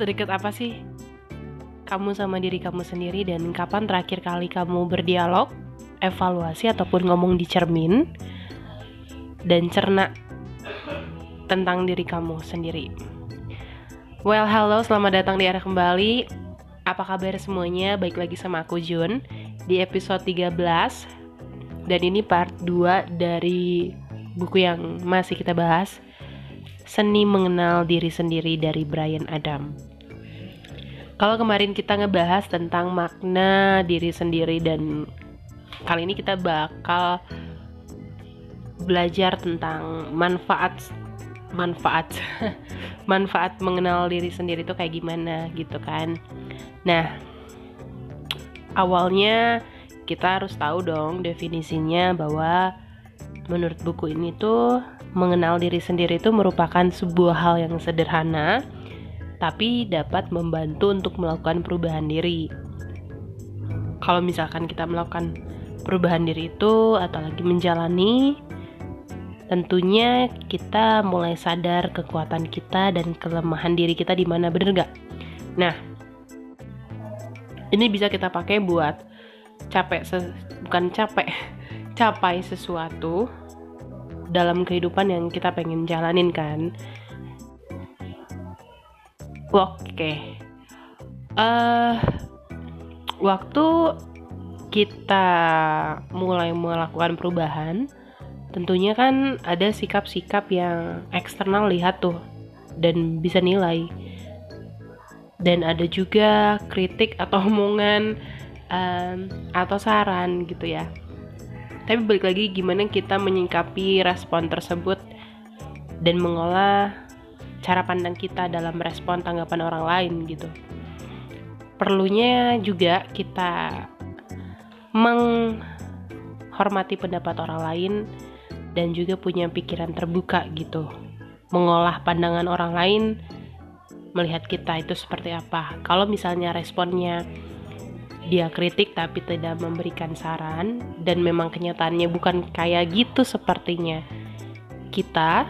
Sedekat apa sih kamu sama diri kamu sendiri, dan kapan terakhir kali kamu berdialog, evaluasi ataupun ngomong di cermin dan cerna tentang diri kamu sendiri? Well, halo, selamat datang di Arah Kembali. Apa kabar semuanya? Baik lagi sama aku Jun di episode 13. Dan ini part 2 dari buku yang masih kita bahas, Seni Mengenal Diri Sendiri dari Bryan Adam. Kalau kemarin kita ngebahas tentang makna diri sendiri, dan kali ini kita bakal belajar tentang manfaat mengenal diri sendiri itu kayak gimana gitu kan. Nah, awalnya kita harus tahu dong definisinya, bahwa menurut buku ini tuh mengenal diri sendiri itu merupakan sebuah hal yang sederhana tapi dapat membantu untuk melakukan perubahan diri. Kalau misalkan kita melakukan perubahan diri itu atau lagi menjalani, tentunya kita mulai sadar kekuatan kita dan kelemahan diri kita di mana, bener gak? Nah, ini bisa kita pakai buat capai sesuatu dalam kehidupan yang kita pengen jalanin kan. Oke. Waktu kita mulai melakukan perubahan, tentunya kan ada sikap-sikap yang eksternal lihat tuh dan bisa nilai. Dan ada juga kritik atau omongan atau saran gitu ya. Tapi balik lagi, gimana kita menyikapi respon tersebut dan mengolah cara pandang kita dalam respon tanggapan orang lain gitu. Perlunya juga kita menghormati pendapat orang lain dan juga punya pikiran terbuka gitu. Mengolah pandangan orang lain, melihat kita itu seperti apa. Kalau misalnya responnya dia kritik tapi tidak memberikan saran, dan memang kenyataannya bukan kayak gitu sepertinya kita,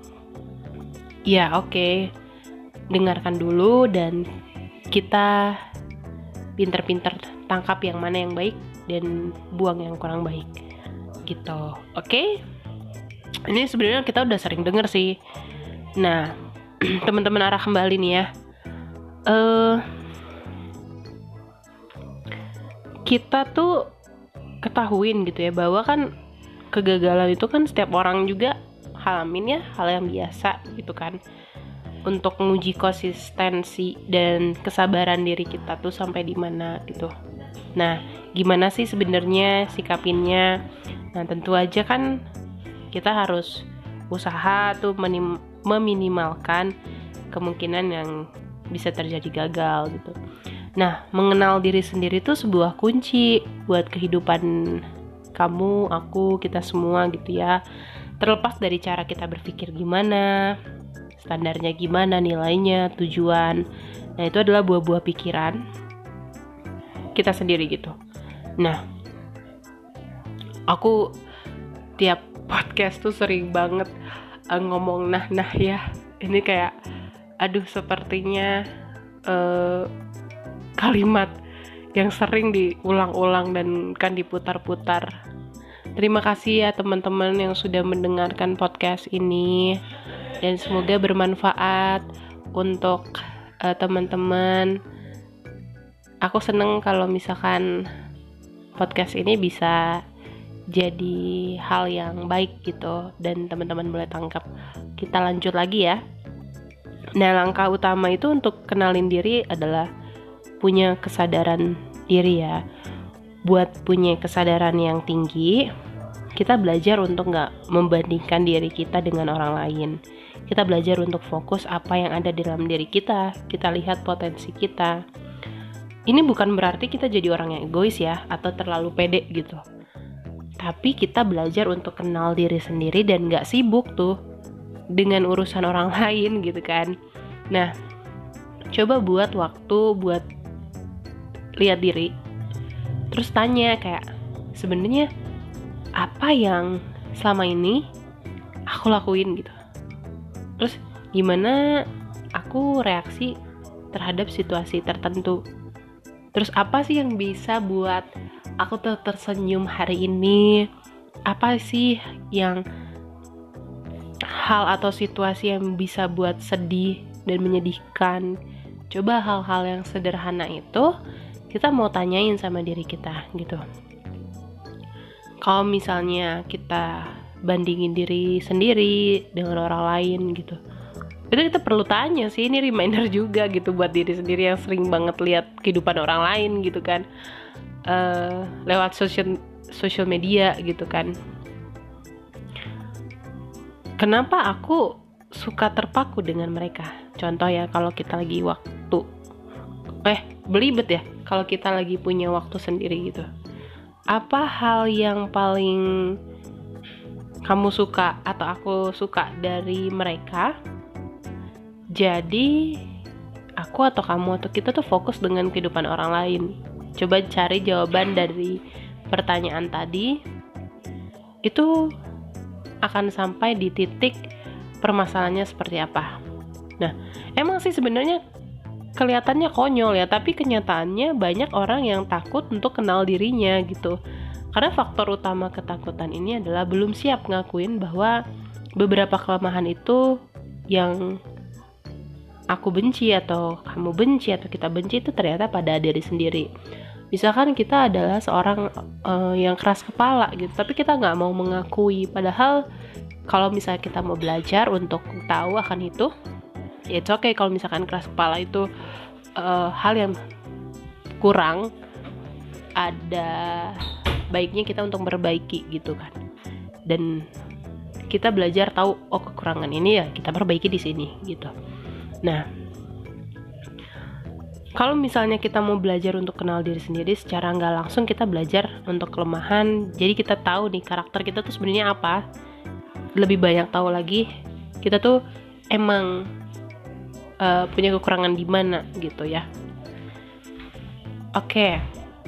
ya oke, dengarkan dulu dan kita pinter-pinter tangkap yang mana yang baik dan buang yang kurang baik gitu. Oke? Ini sebenarnya kita udah sering denger sih. Nah, teman-teman arah kembali nih ya. Kita tuh ketahuin gitu ya, bahwa kan kegagalan itu kan setiap orang juga halamin ya, hal yang biasa gitu kan. Untuk menguji konsistensi dan kesabaran diri kita tuh sampai di mana gitu. Nah, gimana sih sebenarnya sikapinnya? Nah, tentu aja kan kita harus usaha tuh meminimalkan kemungkinan yang bisa terjadi gagal gitu. Nah, mengenal diri sendiri itu sebuah kunci buat kehidupan kamu, aku, kita semua gitu ya. Terlepas dari cara kita berpikir gimana, standarnya gimana, nilainya, tujuan. Nah, itu adalah buah-buah pikiran kita sendiri gitu. Nah, aku tiap podcast tuh sering banget ngomong nah ya. Ini kayak sepertinya kalimat yang sering diulang-ulang dan kan diputar-putar. Terima kasih ya teman-teman yang sudah mendengarkan podcast ini, dan semoga bermanfaat untuk teman-teman. Aku seneng kalau misalkan podcast ini bisa jadi hal yang baik gitu dan teman-teman boleh tangkap. Kita lanjut lagi ya. Nah, langkah utama itu untuk kenalin diri adalah punya kesadaran diri ya. Buat punya kesadaran yang tinggi, kita belajar untuk gak membandingkan diri kita dengan orang lain. Kita belajar untuk fokus apa yang ada di dalam diri kita. Kita lihat potensi kita. Ini bukan berarti kita jadi orang yang egois ya, atau terlalu pede gitu. Tapi kita belajar untuk kenal diri sendiri dan gak sibuk tuh dengan urusan orang lain gitu kan. Nah, coba buat waktu buat lihat diri, terus tanya kayak, sebenarnya apa yang selama ini aku lakuin gitu. Terus gimana aku reaksi terhadap situasi tertentu. Terus apa sih yang bisa buat aku tuh tersenyum hari ini? Apa sih yang hal atau situasi yang bisa buat sedih dan menyedihkan? Coba hal-hal yang sederhana itu kita mau tanyain sama diri kita gitu. Kalau misalnya kita bandingin diri sendiri dengan orang lain gitu, itu kita perlu tanya sih, ini reminder juga gitu buat diri sendiri yang sering banget lihat kehidupan orang lain gitu kan, lewat social media gitu kan. Kenapa aku suka terpaku dengan mereka? Contoh ya, kalau kita lagi belibet ya, kalau kita lagi punya waktu sendiri gitu, apa hal yang paling kamu suka atau aku suka dari mereka? Jadi aku atau kamu atau kita tuh fokus dengan kehidupan orang lain. Coba cari jawaban dari pertanyaan tadi. Itu akan sampai di titik permasalahannya seperti apa. Nah, emang sih sebenarnya kelihatannya konyol ya, tapi kenyataannya banyak orang yang takut untuk kenal dirinya gitu. Karena faktor utama ketakutan ini adalah belum siap ngakuin bahwa beberapa kelemahan itu yang aku benci atau kamu benci atau kita benci itu ternyata pada diri sendiri. Misalkan kita adalah seorang yang keras kepala gitu, tapi kita nggak mau mengakui. Padahal kalau misalnya kita mau belajar untuk tahu akan itu, ya it's okay. Kalau misalkan keras kepala itu hal yang kurang, ada baiknya kita untuk memperbaiki gitu kan. Dan kita belajar tahu, oh kekurangan ini ya kita perbaiki di sini gitu. Nah, kalau misalnya kita mau belajar untuk kenal diri sendiri, secara nggak langsung kita belajar untuk kelemahan. Jadi kita tahu nih karakter kita tuh sebenarnya apa. Lebih banyak tahu lagi kita tuh emang punya kekurangan di mana gitu ya. Oke.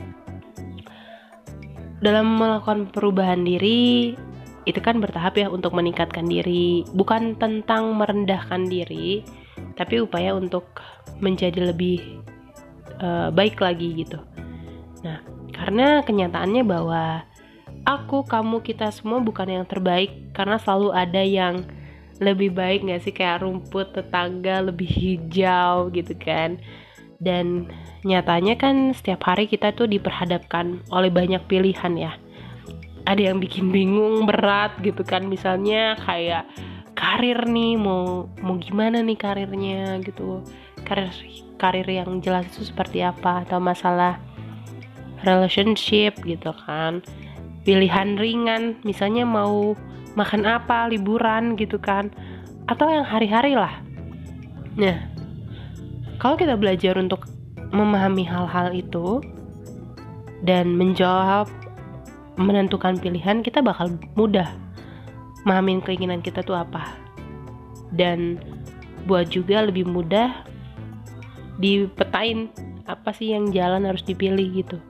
Dalam melakukan perubahan diri itu kan bertahap ya untuk meningkatkan diri. Bukan tentang merendahkan diri, tapi upaya untuk menjadi lebih baik lagi gitu. Nah, karena kenyataannya bahwa aku, kamu, kita semua bukan yang terbaik, karena selalu ada yang lebih baik gak sih, kayak rumput tetangga lebih hijau gitu kan. Dan nyatanya kan setiap hari kita tuh diperhadapkan oleh banyak pilihan ya. Ada yang bikin bingung, berat gitu kan, misalnya kayak karir nih, mau gimana nih karirnya gitu, karir yang jelas itu seperti apa, atau masalah relationship gitu kan, pilihan ringan misalnya mau makan apa, liburan gitu kan, atau yang hari-hari lah. Nah, kalau kita belajar untuk memahami hal-hal itu dan menentukan pilihan, kita bakal mudah mahamin keinginan kita tuh apa, dan buat juga lebih mudah dipetain apa sih yang jalan harus dipilih gitu.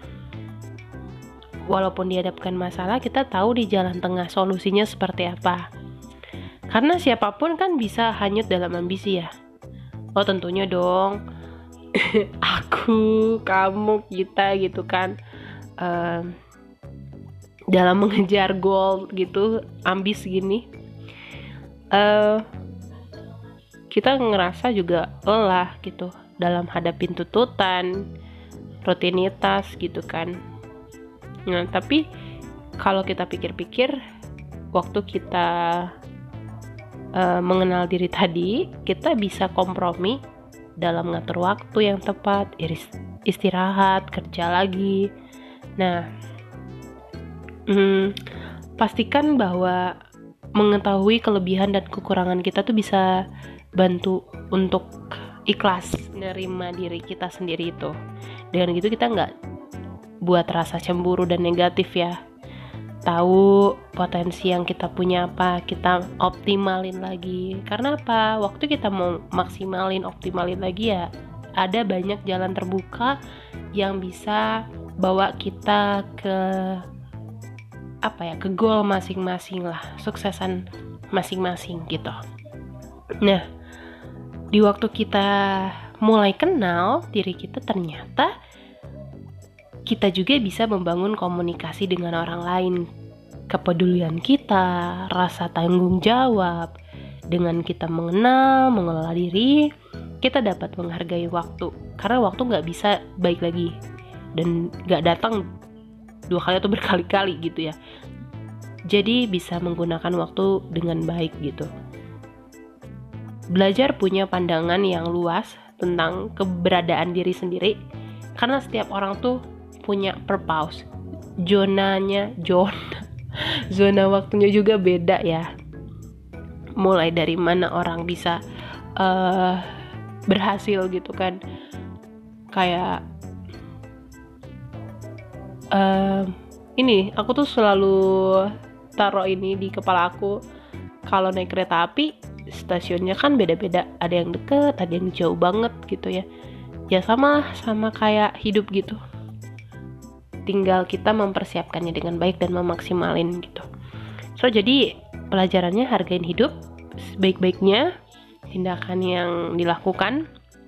Walaupun dihadapkan masalah, kita tahu di jalan tengah solusinya seperti apa. Karena siapapun kan bisa hanyut dalam ambisi ya. Oh tentunya dong, aku, kamu, kita gitu kan, dalam mengejar goal gitu, ambis gini, kita ngerasa juga lelah gitu dalam hadapin tuntutan, rutinitas gitu kan. Nah, tapi kalau kita pikir-pikir, waktu kita mengenal diri tadi, kita bisa kompromi dalam ngatur waktu yang tepat, istirahat, kerja lagi. Nah, pastikan bahwa mengetahui kelebihan dan kekurangan kita tuh bisa bantu untuk ikhlas nerima diri kita sendiri itu. Dengan gitu kita nggak buat rasa cemburu dan negatif ya. Tahu potensi yang kita punya apa, kita optimalin lagi. Karena apa? Waktu kita mau optimalin lagi ya, ada banyak jalan terbuka yang bisa bawa kita ke ke goal masing-masing lah, suksesan masing-masing gitu. Nah, di waktu kita mulai kenal diri kita, ternyata kita juga bisa membangun komunikasi dengan orang lain. Kepedulian kita, rasa tanggung jawab, dengan kita mengelola diri, kita dapat menghargai waktu. Karena waktu gak bisa balik lagi, dan gak datang 2 kali atau berkali-kali gitu ya. Jadi bisa menggunakan waktu dengan baik gitu. Belajar punya pandangan yang luas tentang keberadaan diri sendiri, karena setiap orang tuh punya purpose. Zona waktunya juga beda ya. Mulai dari mana orang bisa berhasil gitu kan. Kayak ini aku tuh selalu taruh ini di kepala aku. Kalau naik kereta api, stasiunnya kan beda-beda, ada yang deket, ada yang jauh banget gitu ya. Ya sama kayak hidup gitu, tinggal kita mempersiapkannya dengan baik dan memaksimalin gitu. So jadi pelajarannya, hargain hidup sebaik-baiknya, tindakan yang dilakukan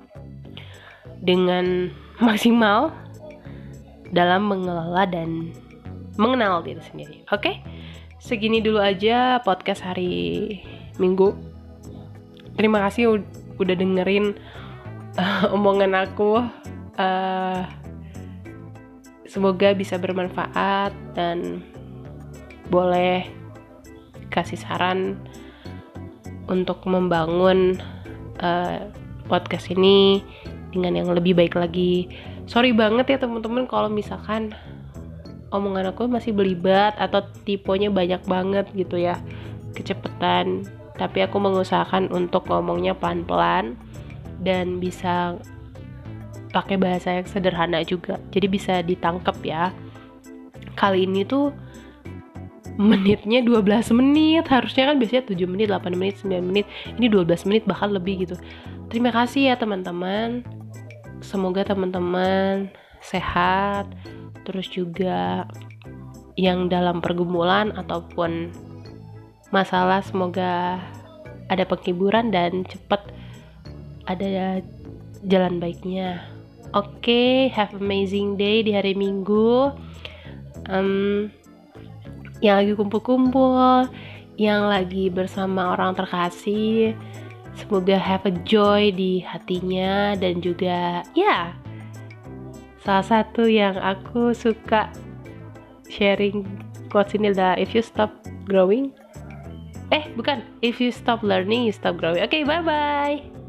dengan maksimal dalam mengelola dan mengenal diri sendiri. Oke? Segini dulu aja podcast hari Minggu. Terima kasih udah dengerin omongan aku. Semoga bisa bermanfaat, dan boleh kasih saran untuk membangun podcast ini dengan yang lebih baik lagi. Sorry banget ya teman-teman kalau misalkan omongan aku masih belibet atau tipenya banyak banget gitu ya, kecepetan. Tapi aku mengusahakan untuk ngomongnya pelan-pelan dan bisa pakai bahasa yang sederhana juga, jadi bisa ditangkap ya. Kali ini tuh menitnya 12 menit, harusnya kan biasanya 7 menit, 8 menit, 9 menit, ini 12 menit bahkan lebih gitu. Terima kasih ya teman-teman, semoga teman-teman sehat, terus juga yang dalam pergumulan ataupun masalah, semoga ada penghiburan dan cepat ada jalan baiknya. Oke, have amazing day di hari Minggu. Yang lagi kumpul-kumpul, yang lagi bersama orang terkasih, semoga have a joy di hatinya. Dan juga ya, salah satu yang aku suka sharing quotes ini adalah if you stop growing, if you stop learning, you stop growing. Oke, bye-bye.